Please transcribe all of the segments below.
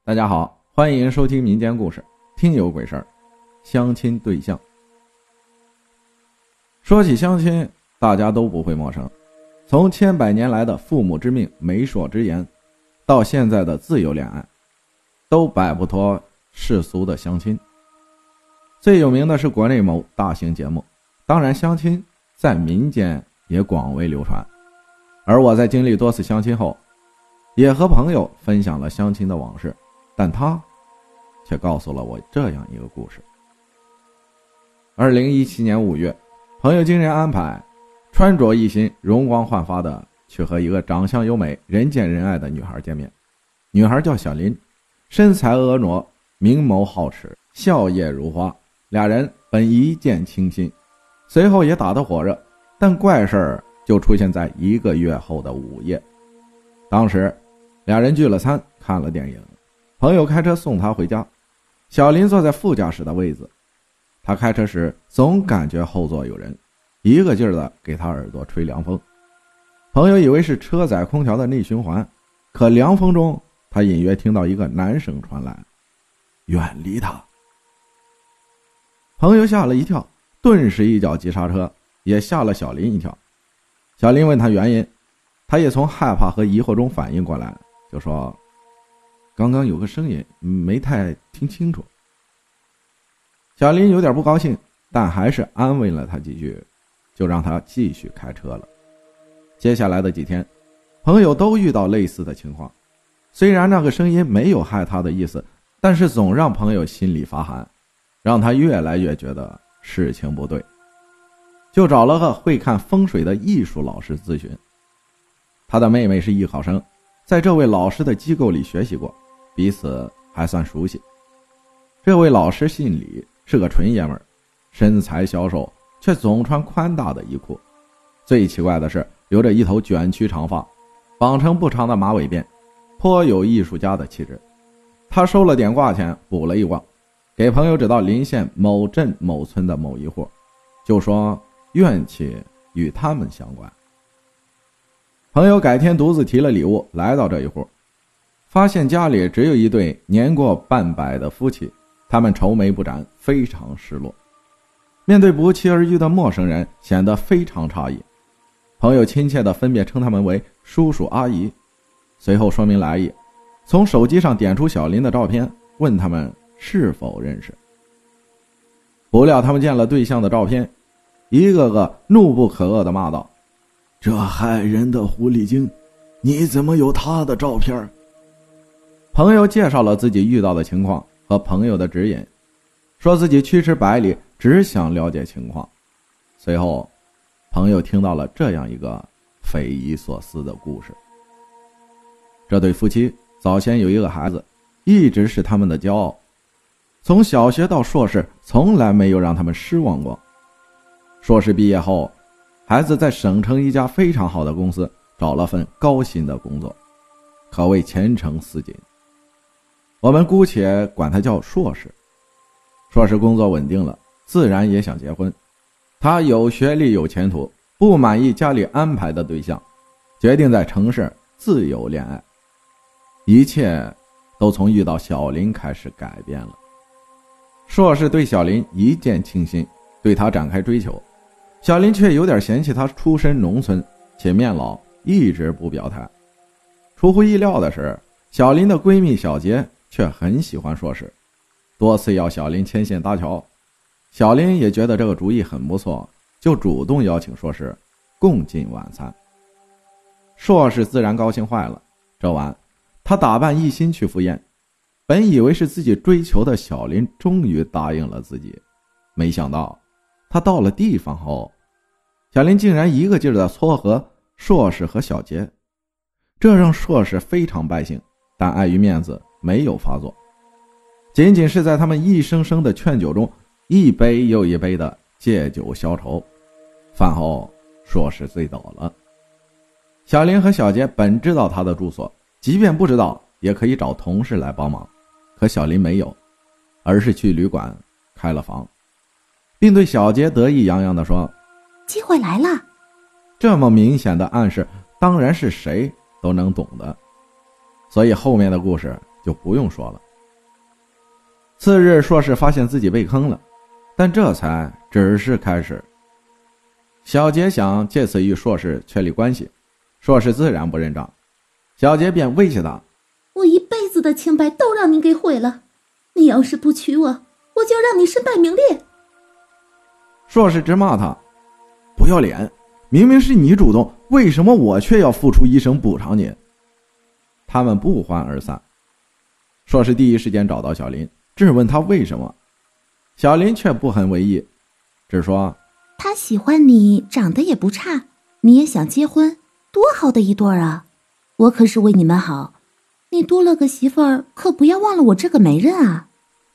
大家好，欢迎收听民间故事，听有鬼事儿。相亲对象。说起相亲，大家都不会陌生，从千百年来的父母之命媒妁之言，到现在的自由恋爱，都摆不脱世俗的相亲。最有名的是国内某大型节目，当然相亲在民间也广为流传。而我在经历多次相亲后，也和朋友分享了相亲的往事，但他却告诉了我这样一个故事。2017年5月，朋友经人安排，穿着一新，容光焕发的去和一个长相优美、人见人爱的女孩见面。女孩叫小林，身材婀娜，明眸皓齿，笑靥如花，俩人本一见倾心，随后也打得火热。但怪事儿就出现在1个月后的午夜。当时俩人聚了餐，看了电影，朋友开车送她回家，小林坐在副驾驶的位子。他开车时总感觉后座有人，一个劲儿的给他耳朵吹凉风。朋友以为是车载空调的内循环，可凉风中他隐约听到一个男声传来：远离他。朋友吓了一跳，顿时一脚急刹车，也吓了小林一跳。小林问他原因，他也从害怕和疑惑中反应过来，就说刚刚有个声音没太听清楚。小林有点不高兴，但还是安慰了他几句，就让他继续开车了。接下来的几天，朋友都遇到类似的情况，虽然那个声音没有害他的意思，但是总让朋友心里发寒，让他越来越觉得事情不对，就找了个会看风水的艺术老师咨询。他的妹妹是艺考生，在这位老师的机构里学习过，彼此还算熟悉。这位老师姓李，是个纯爷们儿，身材消瘦，却总穿宽大的衣裤。最奇怪的是，留着一头卷曲长发，绑成不长的马尾辫，颇有艺术家的气质。他收了点卦钱，卜了一卦，给朋友指到临县某镇某村的某一户，就说怨气与他们相关。朋友改天独自提了礼物来到这一户，发现家里只有一对年过半百的夫妻，他们愁眉不展，非常失落。面对不期而遇的陌生人，显得非常诧异。朋友亲切地分别称他们为叔叔阿姨，随后说明来意，从手机上点出小林的照片，问他们是否认识。不料他们见了对象的照片，一个个怒不可遏地骂道：这害人的狐狸精，你怎么有他的照片？朋友介绍了自己遇到的情况和朋友的指引，说自己驱驰百里，只想了解情况。随后朋友听到了这样一个匪夷所思的故事。这对夫妻早先有一个孩子，一直是他们的骄傲，从小学到硕士从来没有让他们失望过。硕士毕业后，孩子在省城一家非常好的公司找了份高薪的工作，可谓前程似锦。我们姑且管他叫硕士。硕士工作稳定了，自然也想结婚。他有学历有前途，不满意家里安排的对象，决定在城市自由恋爱。一切都从遇到小林开始改变了。硕士对小林一见倾心，对他展开追求。小林却有点嫌弃他出身农村且面老，一直不表态。出乎意料的是，小林的闺蜜小杰却很喜欢硕士，多次要小林牵线搭桥。小林也觉得这个主意很不错，就主动邀请硕士共进晚餐。硕士自然高兴坏了，这晚他打扮一新去赴宴，本以为是自己追求的小林终于答应了自己，没想到他到了地方后，小林竟然一个劲儿地撮合硕士和小杰，这让硕士非常败兴，但碍于面子没有发作，仅仅是在他们一声声的劝酒中，一杯又一杯的借酒消愁。饭后硕士醉倒了。小林和小杰本知道他的住所，即便不知道也可以找同事来帮忙，可小林没有，而是去旅馆开了房，并对小杰得意洋洋地说： 机会来了。 这么明显的暗示，当然是谁都能懂的。所以后面的故事就不用说了。次日，硕士发现自己被坑了，但这才只是开始。小杰想借此与硕士确立关系，硕士自然不认账，小杰便威胁他： 我一辈子的清白都让你给毁了，你要是不娶我，我就让你身败名裂。 硕士直骂他：不要脸，明明是你主动，为什么我却要付出一生补偿你？他们不欢而散。硕士第一时间找到小林，质问他为什么。小林却不很为意，只说他喜欢你，长得也不差，你也想结婚，多好的一对啊！我可是为你们好，你多了个媳妇儿，可不要忘了我这个媒人啊！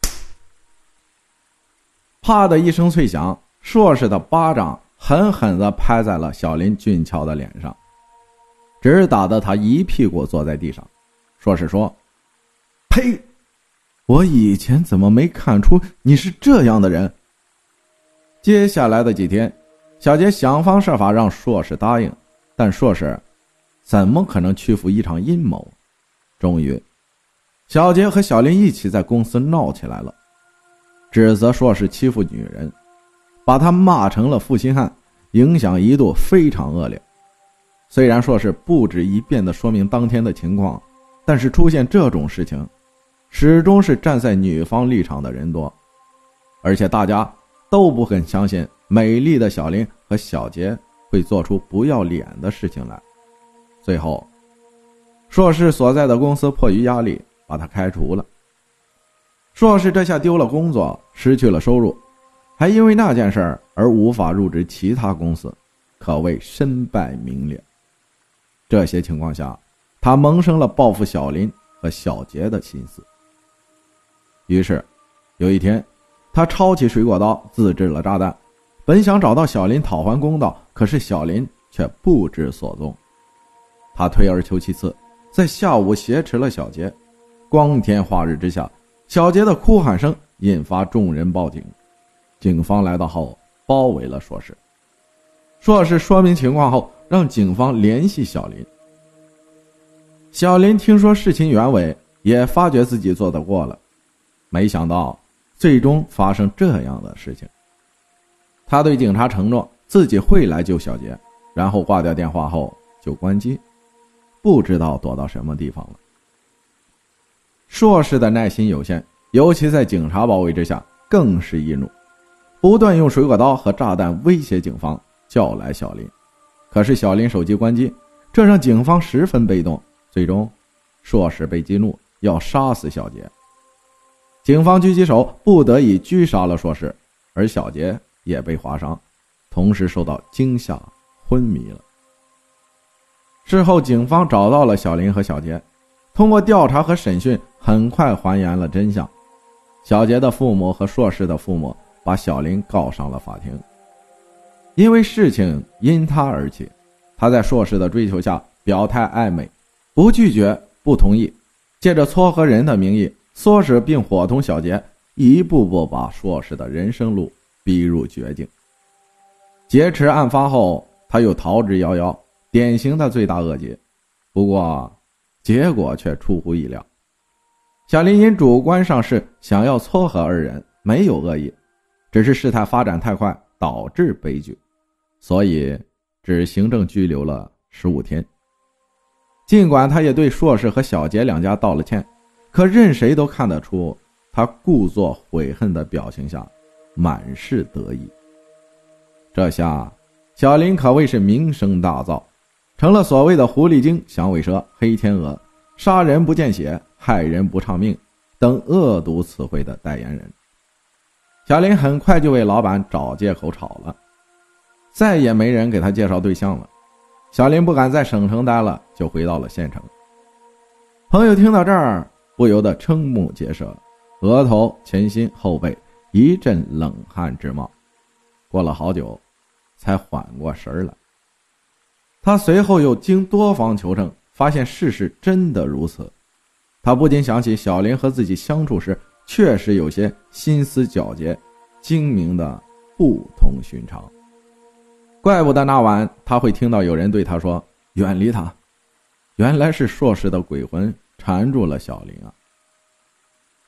啪的一声脆响，硕士的巴掌狠狠地拍在了小林俊俏的脸上，直打得他一屁股坐在地上。硕士说：呸！我以前怎么没看出你是这样的人？接下来的几天，小杰想方设法让硕士答应，但硕士怎么可能屈服一场阴谋？终于，小杰和小林一起在公司闹起来了，指责硕士欺负女人，把他骂成了负心汉，影响一度非常恶劣。虽然硕士不止一遍地说明当天的情况，但是出现这种事情，始终是站在女方立场的人多，而且大家都不肯相信美丽的小林和小杰会做出不要脸的事情来。最后，硕士所在的公司迫于压力把他开除了。硕士这下丢了工作，失去了收入，还因为那件事而无法入职其他公司，可谓身败名裂。这些情况下，他萌生了报复小林和小杰的心思。于是有一天，他抄起水果刀自制了炸弹，本想找到小林讨还公道，可是小林却不知所踪。他退而求其次，在下午挟持了小杰。光天化日之下，小杰的哭喊声引发众人报警。警方来到后包围了硕士。硕士说明情况后，让警方联系小林。小林听说事情原委，也发觉自己做得过了，没想到最终发生这样的事情。他对警察承诺自己会来救小杰，然后挂掉电话后就关机，不知道躲到什么地方了。硕士的耐心有限，尤其在警察包围之下更是易怒，不断用水果刀和炸弹威胁警方，叫来小林。可是小林手机关机，这让警方十分被动。最终硕士被激怒，要杀死小杰。警方狙击手不得已狙杀了硕士，而小杰也被划伤，同时受到惊吓昏迷了。事后警方找到了小林和小杰，通过调查和审讯，很快还原了真相。小杰的父母和硕士的父母把小林告上了法庭。因为事情因他而起，他在硕士的追求下表态暧昧，不拒绝不同意，借着撮合人的名义唆使并伙同小杰，一步步把硕士的人生路逼入绝境。劫持案发后，他又逃之夭夭，典型的罪大恶极。不过结果却出乎意料，小林因主观上是想要撮合二人，没有恶意，只是事态发展太快导致悲剧，所以只行政拘留了15天。尽管他也对硕士和小杰两家道了歉，可任谁都看得出他故作悔恨的表情下满是得意。这下小林可谓是名声大噪，成了所谓的狐狸精、响尾蛇、黑天鹅、杀人不见血、害人不偿命等恶毒词汇的代言人。小林很快就为老板找借口炒了，再也没人给他介绍对象了。小林不敢在省城待了，就回到了县城。朋友听到这儿不由得瞠目结舌，额头、前心、后背一阵冷汗直冒。过了好久才缓过神来。他随后又经多方求证，发现事实真的如此。他不禁想起小林和自己相处时确实有些心思皎洁，精明的不同寻常。怪不得那晚他会听到有人对他说远离他，原来是硕士的鬼魂缠住了小林啊。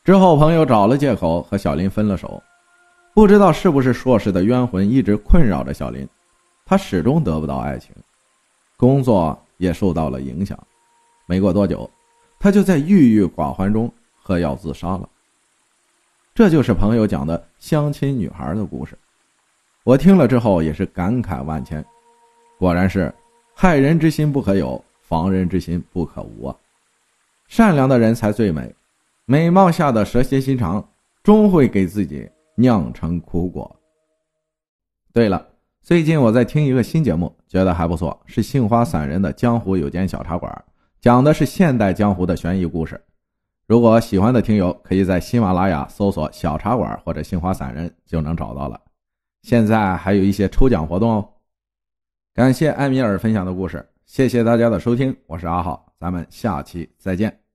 之后朋友找了借口和小林分了手。不知道是不是硕士的冤魂一直困扰着小林，他始终得不到爱情，工作也受到了影响。没过多久，他就在郁郁寡欢中喝药自杀了。这就是朋友讲的相亲女孩的故事。我听了之后也是感慨万千，果然是害人之心不可有，防人之心不可无啊。善良的人才最美，美貌下的蛇蝎心肠终会给自己酿成苦果。对了，最近我在听一个新节目，觉得还不错，是杏花散人的江湖有间小茶馆，讲的是现代江湖的悬疑故事。如果喜欢的听友可以在喜马拉雅搜索小茶馆或者杏花散人就能找到了。现在还有一些抽奖活动哦。感谢艾米尔分享的故事，谢谢大家的收听，我是阿浩，咱们下期再见。